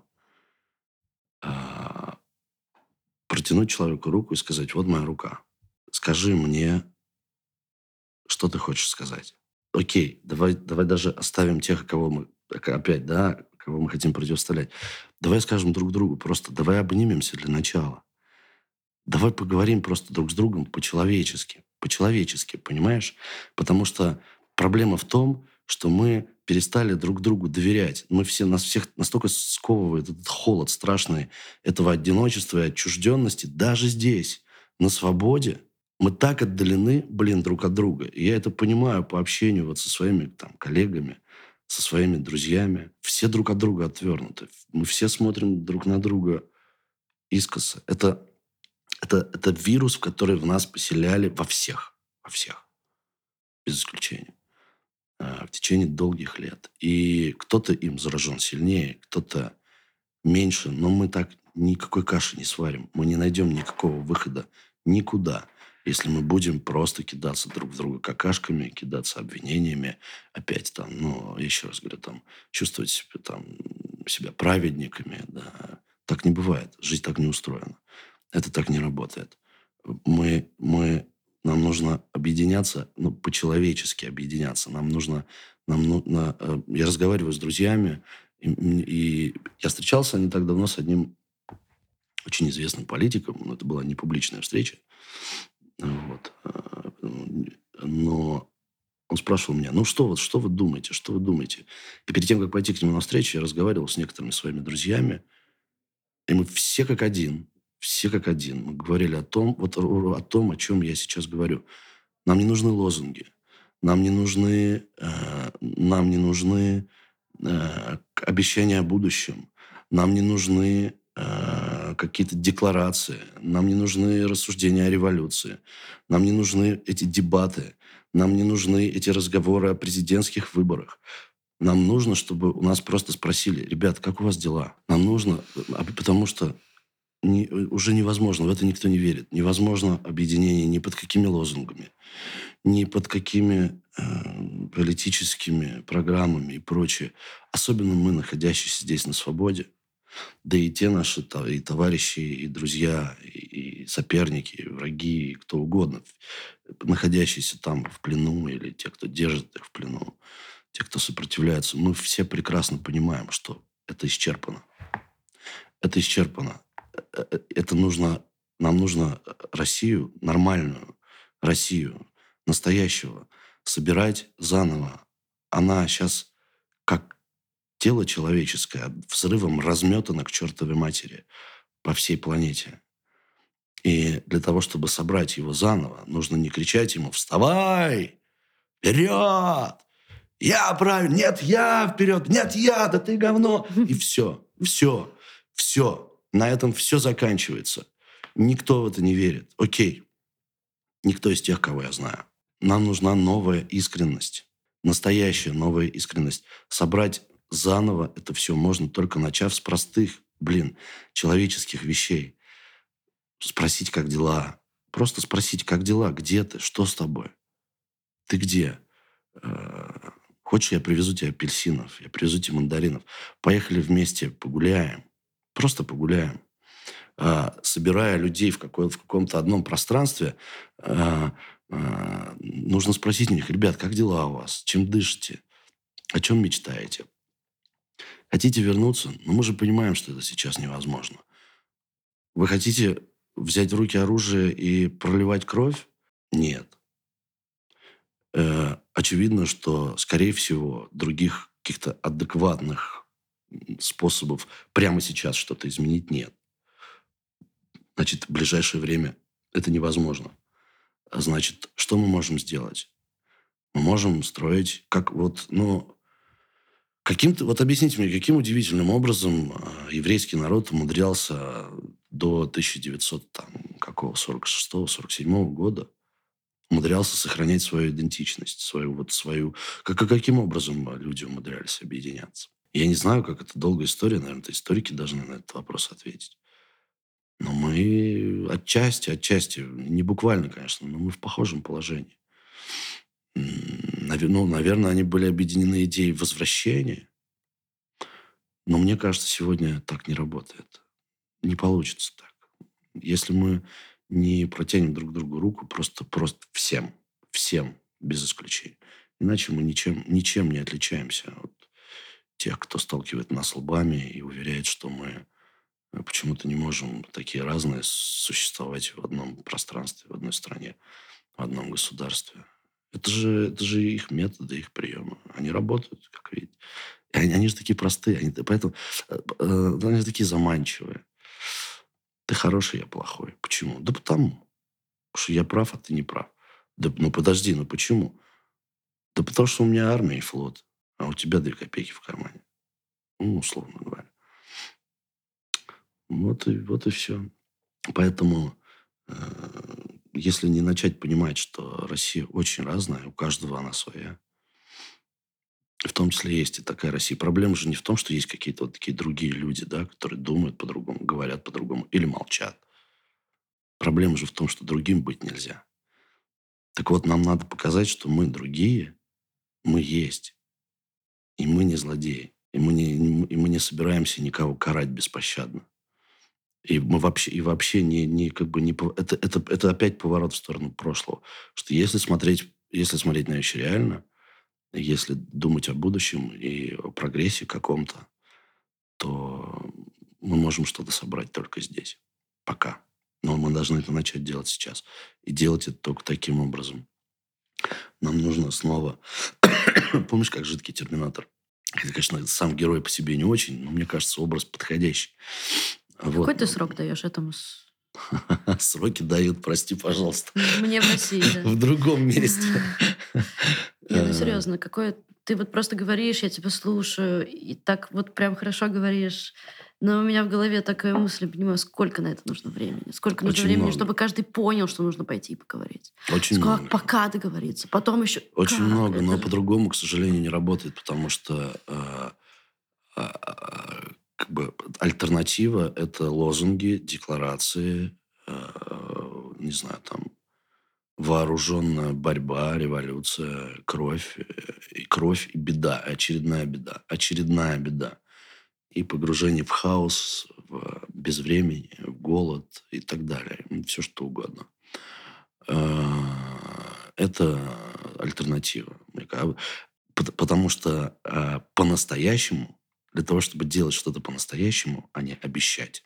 а, протянуть человеку руку и сказать: вот моя рука. Скажи мне, что ты хочешь сказать. Окей, давай, давай даже оставим тех, кого мы... Опять, да, кого мы хотим противостоять. Давай скажем друг другу просто, давай обнимемся для начала. Давай поговорим просто друг с другом по-человечески. По-человечески, понимаешь? Потому что проблема в том, что мы перестали друг другу доверять. Мы все, нас всех настолько сковывает этот холод страшный этого одиночества и отчужденности. Даже здесь, на свободе, мы так отдалены, блин, друг от друга. И я это понимаю по общению вот со своими там, коллегами, со своими друзьями. Все друг от друга отвернуты. Мы все смотрим друг на друга искоса. Это, это, это вирус, в который в нас поселяли во всех. Во всех. Без исключения. В течение долгих лет. И кто-то им заражен сильнее, кто-то меньше. Но мы так никакой каши не сварим. Мы не найдем никакого выхода никуда, если мы будем просто кидаться друг в друга какашками, кидаться обвинениями. Опять там, ну, еще раз говорю, там, чувствовать себя, там, себя праведниками. Да. Так не бывает. Жизнь так не устроена. Это так не работает. Мы... мы Нам нужно объединяться, ну, по-человечески объединяться. Нам нужно... Нам нужно я разговариваю с друзьями, и, и я встречался не так давно с одним очень известным политиком. Но это была не публичная встреча. Вот. Но он спрашивал меня, ну, что, вот, что вы думаете, что вы думаете? И перед тем, как пойти к нему на встречу, я разговаривал с некоторыми своими друзьями. И мы все как один... Все как один. Мы говорили о том, вот о том, о чем я сейчас говорю. Нам не нужны лозунги. Нам не нужны, э, нам не нужны э, обещания о будущем. Нам не нужны э, какие-то декларации. Нам не нужны рассуждения о революции. Нам не нужны эти дебаты. Нам не нужны эти разговоры о президентских выборах. Нам нужно, чтобы у нас просто спросили, ребят, как у вас дела? Нам нужно, потому что Не, уже невозможно, в это никто не верит. Невозможно объединение ни под какими лозунгами, ни под какими э, политическими программами и прочее. Особенно мы, находящиеся здесь на свободе, да и те наши и товарищи, и друзья, и, и соперники, и враги, и кто угодно, находящиеся там в плену, или те, кто держит их в плену, те, кто сопротивляется, мы все прекрасно понимаем, что это исчерпано. Это исчерпано. Это нужно, нам нужно Россию, нормальную Россию, настоящего, собирать заново. Она сейчас, как тело человеческое, взрывом разметана к чертовой матери по всей планете. И для того, чтобы собрать его заново, нужно не кричать ему «Вставай! Вперед! Я правильно! Нет, я вперед! Нет, я! Да ты говно!» И все, все, все. На этом все заканчивается. Никто в это не верит. Окей. Никто из тех, кого я знаю. Нам нужна новая искренность. Настоящая новая искренность. Собрать заново это все можно, только начав с простых, блин, человеческих вещей. Спросить, как дела. Просто спросить, как дела, где ты, что с тобой? Ты где? Хочешь, я привезу тебе апельсинов, я привезу тебе мандаринов. Поехали вместе погуляем. Просто погуляем. А, собирая людей в, какой- в каком-то одном пространстве, а, а, нужно спросить у них, ребят, как дела у вас? Чем дышите? О чем мечтаете? Хотите вернуться? Но мы же понимаем, что это сейчас невозможно. Вы хотите взять в руки оружие и проливать кровь? Нет. Э, очевидно, что, скорее всего, других каких-то адекватных способов прямо сейчас что-то изменить нет. Значит, в ближайшее время это невозможно. А значит, что мы можем сделать? Мы можем строить, как вот, ну, каким-то, вот объясните мне, каким удивительным образом еврейский народ умудрялся до тысяча девятьсот сорок шестого сорок седьмого года умудрялся сохранять свою идентичность, свою вот свою... Как, каким образом люди умудрялись объединяться? Я не знаю, как это долгая история, наверное, это историки должны на этот вопрос ответить. Но мы отчасти, отчасти, не буквально, конечно, но мы в похожем положении. Ну, наверное, они были объединены идеей возвращения. Но мне кажется, сегодня так не работает. Не получится так. Если мы не протянем друг другу руку, просто, просто всем, всем, без исключения. Иначе мы ничем, ничем не отличаемся от тех, кто сталкивает нас лбами и уверяет, что мы Почему-то не можем такие разные существовать в одном пространстве, в одной стране, в одном государстве. Это же, это же их методы, их приемы. Они работают, как видите. И Они, они же такие простые. Они, поэтому э, э, они же такие заманчивые. Ты хороший, я плохой. Почему? Да потому, что я прав, а ты не прав. Да, ну подожди, ну почему? Да потому что у меня армия и флот, а у тебя две копейки в кармане. Ну, условно говоря. Вот и, вот и все. Поэтому, э, если не начать понимать, что Россия очень разная, у каждого она своя, в том числе есть и такая Россия. Проблема же не в том, что есть какие-то вот такие другие люди, да, которые думают по-другому, говорят по-другому или молчат. Проблема же в том, что другим быть нельзя. Так вот, нам надо показать, что мы другие, мы есть, и мы не злодеи, и мы не, и мы не собираемся никого карать беспощадно. И мы вообще, и вообще не, не как бы не... пов- Это, это, это опять поворот в сторону прошлого. Что если смотреть, если смотреть на вещи реально, если думать о будущем и о прогрессе каком-то, то мы можем что-то собрать только здесь. Пока. Но мы должны это начать делать сейчас. И делать это только таким образом. Нам нужно снова... Помнишь, как жидкий терминатор? Это, конечно, сам герой по себе не очень, но мне кажется, образ подходящий. Какой Вот. ты срок даешь этому? с- Сроки дают, прости, пожалуйста. Мне в России, да. В другом месте. Не, ну Э, серьезно, какой... Ты вот просто говоришь, я тебя слушаю, и так вот прям хорошо говоришь. Но у меня в голове такая мысль, понимаю, сколько на это нужно времени. Сколько нужно Очень времени, много. чтобы каждый понял, что нужно пойти и поговорить. Очень Сколько много. пока договориться, потом еще Очень как? много, Это но же- по-другому, к сожалению, не работает, потому что э, а, как бы альтернатива – это лозунги, декларации, э, не знаю, там, вооруженная борьба, революция, кровь, э, и кровь и беда, очередная беда, очередная беда. И погружение в хаос, в безвремени, в голод и так далее. Все что угодно. Э, Это альтернатива. Мне ка- пот- Потому что э, по-настоящему, для того, чтобы делать что-то по-настоящему, а не обещать,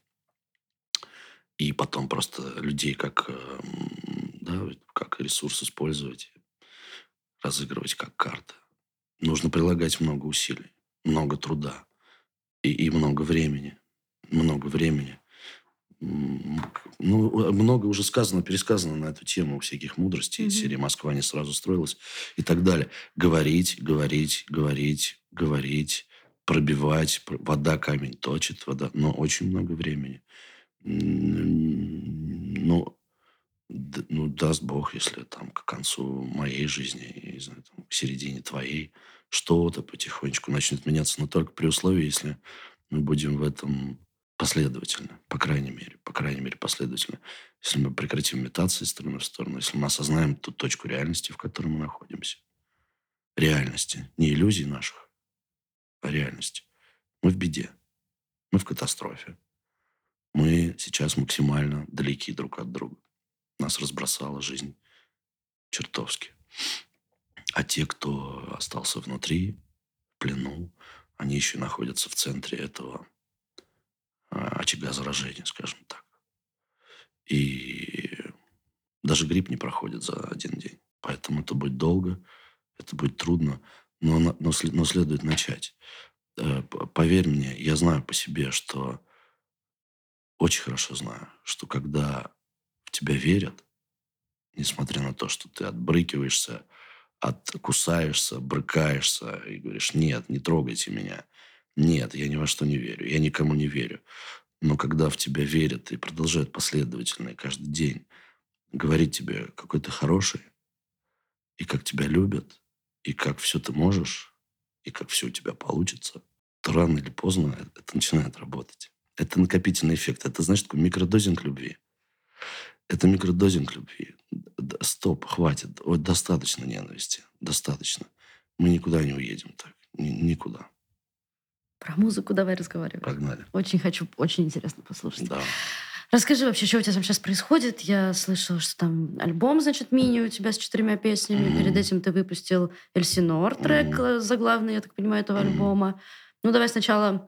и потом просто людей как, э, м, да, как ресурс использовать, разыгрывать как карты, нужно прилагать много усилий, много труда и, и много времени. Много времени. М, к- Ну, много уже сказано, пересказано на эту тему всяких мудростей из Мгм. серии «Москва не сразу строилась» и так далее. Говорить, говорить, говорить, говорить, пробивать. пр- Вода камень точит, вода, но очень много времени. М, Ну, д- ну, даст Бог, если там к концу моей жизни, я не знаю, там, к середине твоей, что-то потихонечку начнет меняться, но только при условии, если мы будем в этом последовательны, по крайней мере, по крайней мере, последовательны. Если мы прекратим метаться из стороны в сторону, если мы осознаем ту точку реальности, в которой мы находимся. Реальности. Не иллюзий наших, а реальности. Мы в беде. Мы в катастрофе. Мы сейчас максимально далеки друг от друга. Нас разбросала жизнь чертовски. А те, кто остался внутри, в плену, они еще и находятся в центре этого а, очага заражения, скажем так. И даже грипп не проходит за один день. Поэтому это будет долго, это будет трудно, но, на- но, след- но следует начать. Э, п- Поверь мне, я знаю по себе, что очень хорошо знаю, что когда в тебя верят, несмотря на то, что ты отбрыкиваешься, откусаешься, брыкаешься и говоришь, нет, не трогайте меня. Нет, я ни во что не верю, я никому не верю. Но когда в тебя верят и продолжают последовательно и каждый день говорить тебе, какой ты хороший, и как тебя любят, и как все ты можешь, и как все у тебя получится, то рано или поздно это это начинает работать. Это накопительный эффект. Это, знаешь, такой микродозинг любви. Это микродозинг любви. Д- Стоп, хватит. Ой, достаточно ненависти. Достаточно. Мы никуда не уедем так. Ни- никуда. Про музыку давай разговаривать. Погнали. Очень хочу, очень интересно послушать. Да. Расскажи вообще, что у тебя там сейчас происходит. Я слышала, что там альбом, значит, мини у тебя с четырьмя песнями. Мгм. Перед этим ты выпустил Эльсинор трек, Мгм. э, заглавный, я так понимаю, этого Мгм. альбома. Ну, давай сначала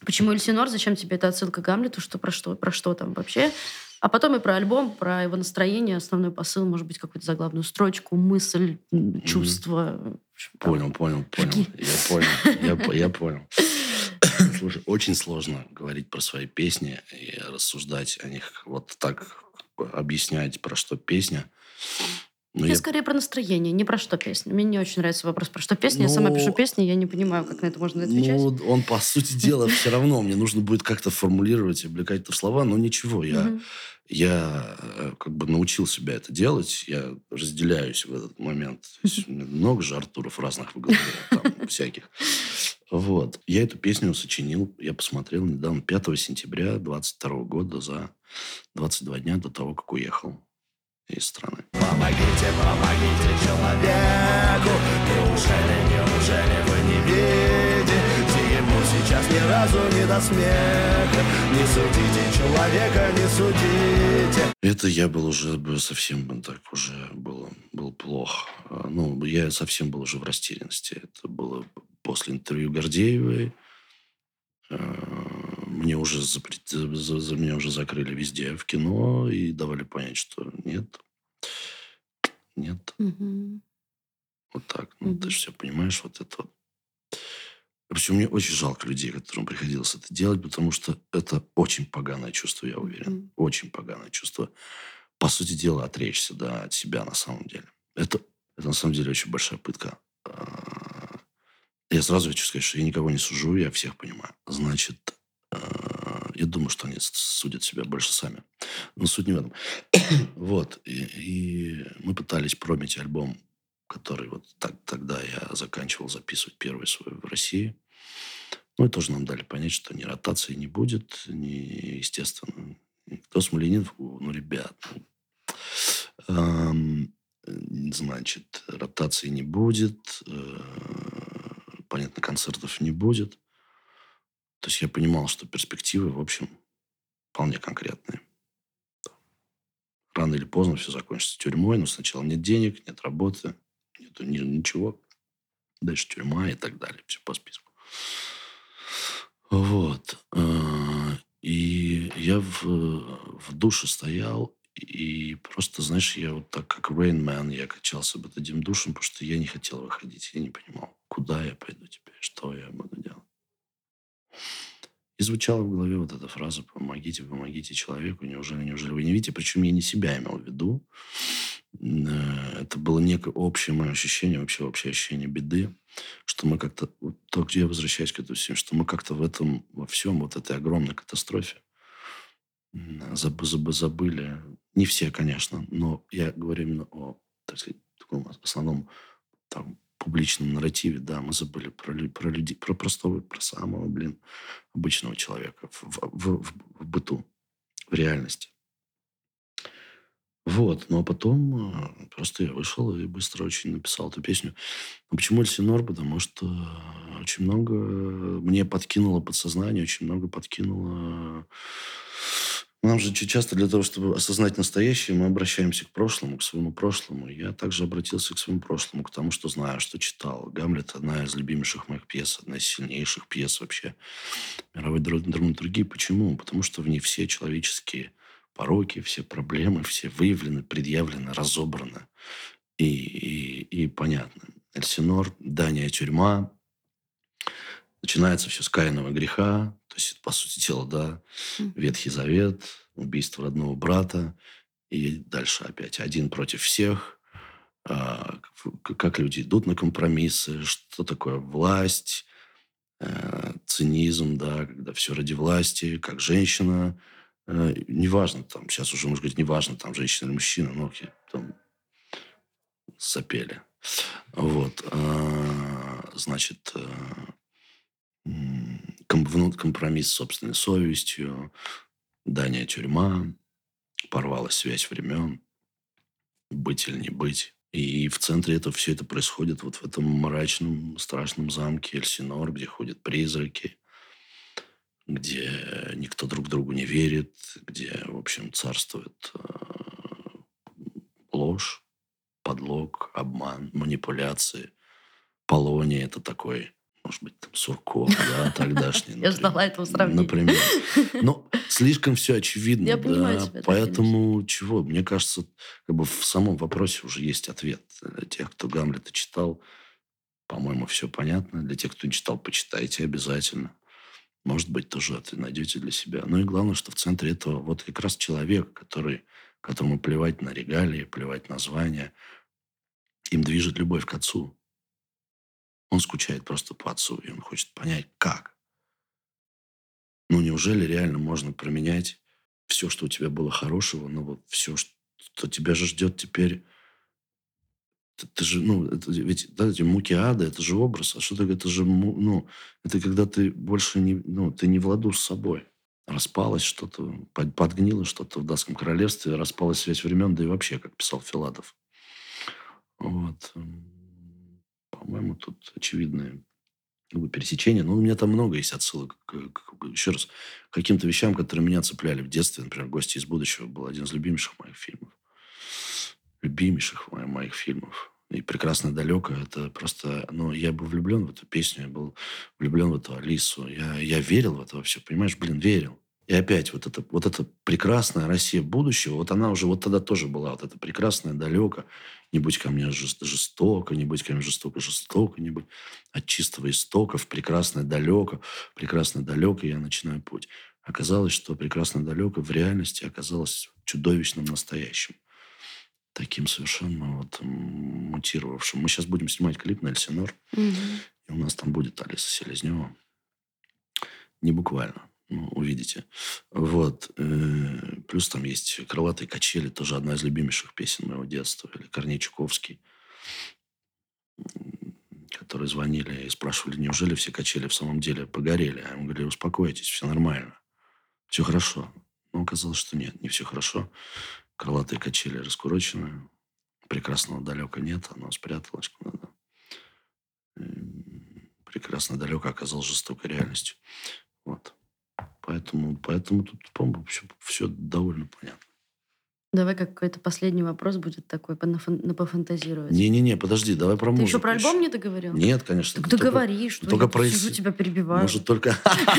Почему Эльсинор? Зачем тебе эта отсылка к Гамлету? Что про что? Про что там вообще? А потом и про альбом, про его настроение, основной посыл, может быть, какую-то заглавную строчку, мысль, м, Мгм. чувство. В общем, там, Понял, понял, понял. жги. Я понял. Я, по- я понял. Слушай, очень сложно говорить про свои песни и рассуждать о них вот так, объяснять, про что песня. Но Я я, скорее про настроение, не про что песня. Мне не очень нравится вопрос про что песня. Я сама пишу ну, песни, я не понимаю, как на это можно отвечать. ну, он, по сути дела, все равно мне нужно будет как-то формулировать и облекать это в слова, но ничего, я, Мгм. я э, как бы научил себя это делать, я разделяюсь в этот момент. То есть, у меня много же Артуров разных в голове, там, всяких. Вот. Я эту песню сочинил, я посмотрел недавно, пятого сентября двадцать второго года, за двадцать два дня до того, как уехал из страны. Помогите, помогите человеку. Неужели, неужели вы не видите? Ему сейчас ни разу не до смеха. Не судите человека, не судите. Это я был уже бы совсем бы так уже было, был плохо. А, Ну, я совсем был уже в растерянности. Это было после интервью Гордеевой. А, Мне уже, запрет- за, за- за меня уже закрыли везде в кино и давали понять, что нет, нет, Мгм. вот так. Ну, ты Мгм. же все понимаешь, вот это вот. Причем мне очень жалко людей, которым приходилось это делать, потому что это очень поганое чувство, я уверен. Мгм. Очень поганое чувство. По сути дела, отречься, да, от себя на самом деле. Это, это на самом деле очень большая пытка. А, Я сразу хочу сказать, что я никого не сужу, я всех понимаю. Значит, а, я думаю, что они с- судят себя больше сами. Но суть не в этом. Вот. И, и мы пытались промить альбом, который вот так, тогда я заканчивал записывать первый свой в России. Ну, и тоже нам дали понять, что ни ротации не будет, ни, естественно, никто Смоленинов, ну, ребят, ну, ам, э, значит, ротации не будет, э, понятно, концертов не будет. То есть я понимал, что перспективы, в общем, вполне конкретные. Рано или поздно все закончится тюрьмой, но сначала нет денег, нет работы, нету ни- ничего. Дальше тюрьма и так далее. Все по списку. Вот. А, И я в, в душе стоял, и просто, знаешь, я вот так, как Rain Man, я качался под этим душем, потому что я не хотел выходить. Я не понимал, куда я пойду теперь, что я буду делать. И звучала в голове вот эта фраза «помогите, помогите человеку, неужели, неужели вы не видите?» Причем я не себя имел в виду. М, э, Это было некое общее мое ощущение, вообще общее ощущение беды, что мы как-то, вот то, где я возвращаюсь к этому всему, что мы как-то в этом, во всем, вот этой огромной катастрофе м, забы- забы- забыли. Не все, конечно, но я говорю именно о, так сказать, таком основном там, публичном нарративе, да, мы забыли про, лю- про людей, про простого, про самого, блин, обычного человека в, в- в- в- в быту, в реальности. Вот, ну а потом э, просто я вышел и быстро очень написал эту песню. А почему Эльсинор? Потому что очень много мне подкинуло подсознание, очень много подкинуло. Нам же очень часто для того, чтобы осознать настоящее, мы обращаемся к прошлому, к своему прошлому. Я также обратился к своему прошлому, к тому, что знаю, что читал. «Гамлет» — одна из любимейших моих пьес, одна из сильнейших пьес вообще мировой дра- драматургии. Почему? Потому что в ней все человеческие пороки, все проблемы, все выявлены, предъявлены, разобраны и, и, и понятно. Эльсинор, Дания, тюрьма. Начинается все с Каинова греха. То есть, по сути дела, да, Мгм. Ветхий Завет, убийство родного брата. И дальше опять один против всех. А, к- как люди идут на компромиссы, что такое власть, э, цинизм, да, когда все ради власти, как женщина, э, неважно, там, сейчас уже, может быть, неважно, там, женщина или мужчина, но окей, там, сопели. Вот. а, Значит, э, м, ком- вну- компромисс с собственной совестью, Дания тюрьма, порвалась связь времен, быть или не быть. И в центре этого все это происходит вот в этом мрачном, страшном замке Эльсинор, где ходят призраки, где никто друг другу не верит, где, в общем, царствует э, ложь, подлог, обман, манипуляции. Полония — это такой, э, может быть, там Сурков, да, тогдашний. Я ждала этого сравнения. Например. Но слишком все очевидно. Я понимаю да, тебя, да, Поэтому чего? Мне кажется, как бы в самом вопросе уже есть ответ. Для тех, кто Гамлета читал, по-моему, все понятно. Для тех, кто не читал, почитайте обязательно. Может быть, тоже это найдете для себя. Ну и главное, что в центре этого вот как раз человек, который, которому плевать на регалии, плевать на звания. Им движет любовь к отцу. Он скучает просто по отцу, и он хочет понять, как. Ну, неужели реально можно променять все, что у тебя было хорошего, на вот все, что тебя же ждет теперь. Ты, ты же, ну, это ведь, да, эти муки ада, это же образ. А что такое? Это же, му- ну, это когда ты больше не, ну, ты не в ладу с собой. Распалось что-то, под- подгнило что-то в датском королевстве, распалась связь времен, да и вообще, как писал Филатов. Вот. М, По-моему, тут очевидное как бы, пересечение. Ну, у меня там много есть отсылок, к, к- к- еще раз, к каким-то вещам, которые меня цепляли в детстве. Например, «Гости из будущего» был один из любимейших моих фильмов. Любимейших мо- моих фильмов. И «Прекрасное далеко» — это просто... Ну, я был влюблен в эту песню, я был влюблен в эту Алису. Я, я верил в это вообще, понимаешь? Блин, верил. И опять вот эта, вот эта прекрасная Россия будущего, вот она уже вот тогда тоже была, вот эта прекрасная далеко. Не будь ко мне жест- жестоко, не будь ко мне жестоко, жестоко, не будь от чистого истока в прекрасное далеко, прекрасное далеко я начинаю путь. Оказалось, что прекрасное далеко в реальности оказалось чудовищным настоящим. Таким совершенно вот м, мутировавшим. Мы сейчас будем снимать клип на Эльсинор, Мгм. и у нас там будет Алиса Селезнева. Не буквально. Ну, увидите. Вот. Э, Плюс там есть «Крылатые качели», тоже одна из любимейших песен моего детства. Или Корней Чуковский, м, которые звонили и спрашивали, неужели все качели в самом деле погорели? А я ему говорю, успокойтесь, все нормально. Все хорошо. Но оказалось, что нет, не все хорошо. Крылатые качели раскурочены. Прекрасного далека нет, оно спряталось куда-то. М, Прекрасно далеко оказалось жестокой реальностью. Вот. Поэтому, поэтому тут, по-моему, все, все довольно понятно. Давай какой-то последний вопрос будет такой, понафан- на пофантазировать. Не-не-не, подожди, давай про Ты музыку еще про альбом еще. не договорил? Нет, конечно. Так это только- договори, что только я про тут сижу, эфи- тебя перебиваю. Может, только...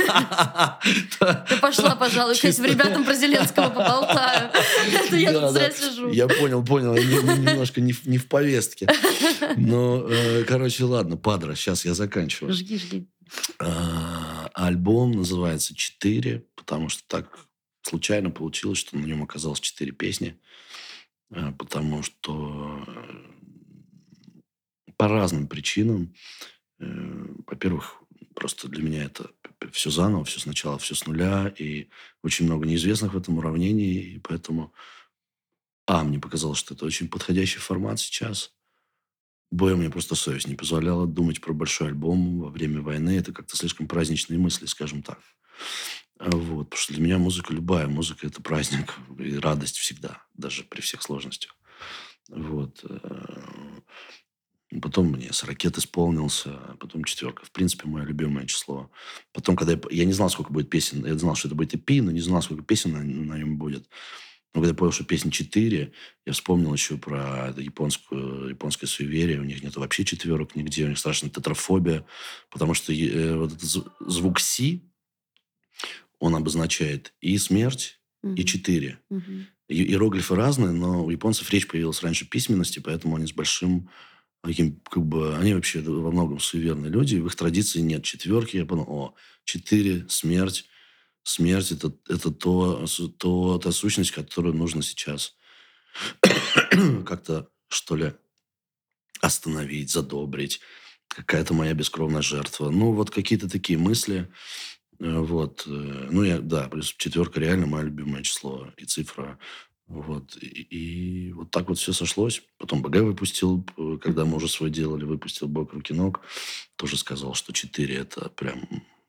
Да пошла, пожалуй, к Чисто. ребятам про Зеленского поболтаю. Это я Да, тут зря да. сижу. Я понял, понял. Я не- не- немножко не в, не в повестке. Но, э, короче, ладно, Падра, сейчас я заканчиваю. Жги, жги. А, Альбом называется «Четыре», потому что так случайно получилось, что на нем оказалось четыре песни. А, Потому что э, по разным причинам. Э, Во-первых, просто для меня это все заново, все сначала, все с нуля. И очень много неизвестных в этом уравнении. И поэтому, а, мне показалось, что это очень подходящий формат сейчас. Б, мне просто совесть не позволяла думать про большой альбом во время войны. Это как-то слишком праздничные мысли, скажем так. А Вот, потому что для меня музыка, любая музыка, это праздник и радость всегда, даже при всех сложностях. Вот. э, Потом мне с ракет исполнился, а потом четверка. В принципе, мое любимое число. Потом, когда я, п- я не знал, сколько будет песен, я знал, что это будет и пи, но не знал, сколько песен на, на нем будет. Но когда я понял, что песен четыре, я вспомнил еще про это японскую, японское суеверие. У них нет вообще четверок нигде, у них страшная тетрафобия, потому что э, вот этот зв- звук «си», он обозначает и смерть, и Мгм. четыре. Мгм. И- Иероглифы разные, но у японцев речь появилась раньше письменности, поэтому они с большим таким, как бы, они вообще во многом суеверные люди. В их традиции нет четверки. Я понял, о, четыре, смерть. Смерть – это, это то, су- то, та сущность, которую нужно сейчас как-то, что ли, остановить, задобрить. Какая-то моя бескровная жертва. Ну, вот какие-то такие мысли. Э, Вот. э, Ну, я, да, плюс четверка реально мое любимое число и цифра. Вот. И, и вот так вот все сошлось. Потом БГ выпустил, э, когда мы уже свой делали, выпустил «Бок, руки, ног». Тоже сказал, что четыре это прям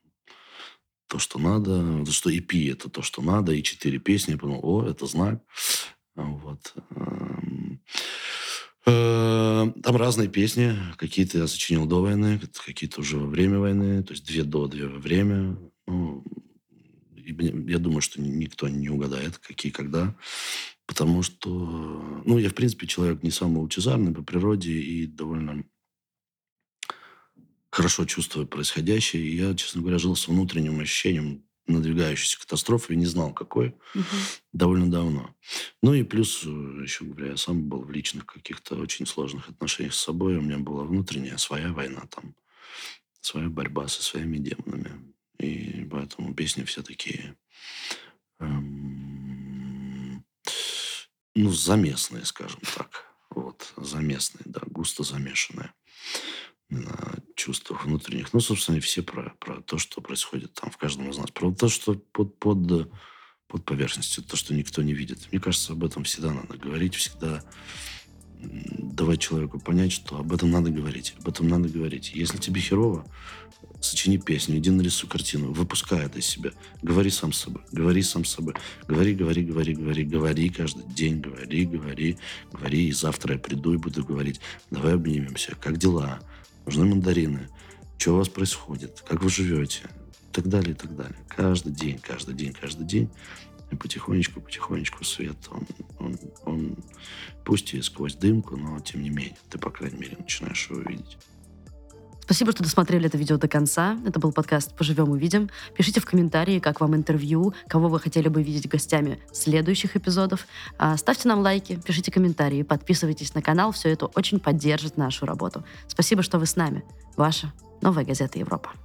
то, что надо. Что и пи это то, что надо. И четыре песни. Я подумал, о, это знак. Вот. Эм, э, Там разные песни. Какие-то я сочинил до войны, какие-то уже во время войны. То есть две до, две во время. Ну, и мне- я думаю, что ни- никто не угадает, какие когда. Потому что, ну, я, в принципе, человек не самый лучезарный по природе и довольно хорошо чувствую происходящее. И я, честно говоря, жил с внутренним ощущением надвигающейся катастрофы и не знал, какой, Мгм. довольно давно. Ну и плюс, э, еще говоря, я сам был в личных каких-то очень сложных отношениях с собой. У меня была внутренняя своя война там, своя борьба со своими демонами. И поэтому песни все такие, эм, ну, замесные, скажем так. Вот, замесные, да, густо замешанные на чувствах внутренних. Ну, собственно, и все про, про то, что происходит там в каждом из нас. Про то, что под, под, под поверхностью, то, что никто не видит. Мне кажется, об этом всегда надо говорить, всегда м, давать человеку понять, что об этом надо говорить. Об этом надо говорить. Если тебе херово, сочини песню, иди нарисуй картину, выпускай это из себя. Говори сам с собой, говори сам с собой. Говори, говори, говори, говори, говори каждый день, говори, говори, говори. И завтра я приду и буду говорить, давай обнимемся, как дела? Нужны мандарины? Что у вас происходит? Как вы живете? И так далее, и так далее. Каждый день, каждый день, каждый день. И потихонечку, потихонечку свет, он, он, он, пусть и сквозь дымку, но тем не менее, ты, по крайней мере, начинаешь его видеть. Спасибо, что досмотрели это видео до конца. Это был подкаст «Поживем, увидим». Пишите в комментарии, как вам интервью, кого вы хотели бы видеть гостями следующих эпизодов. А, ставьте нам лайки, пишите комментарии, подписывайтесь на канал. Все это очень поддержит нашу работу. Спасибо, что вы с нами. Ваша Новая газета Европа.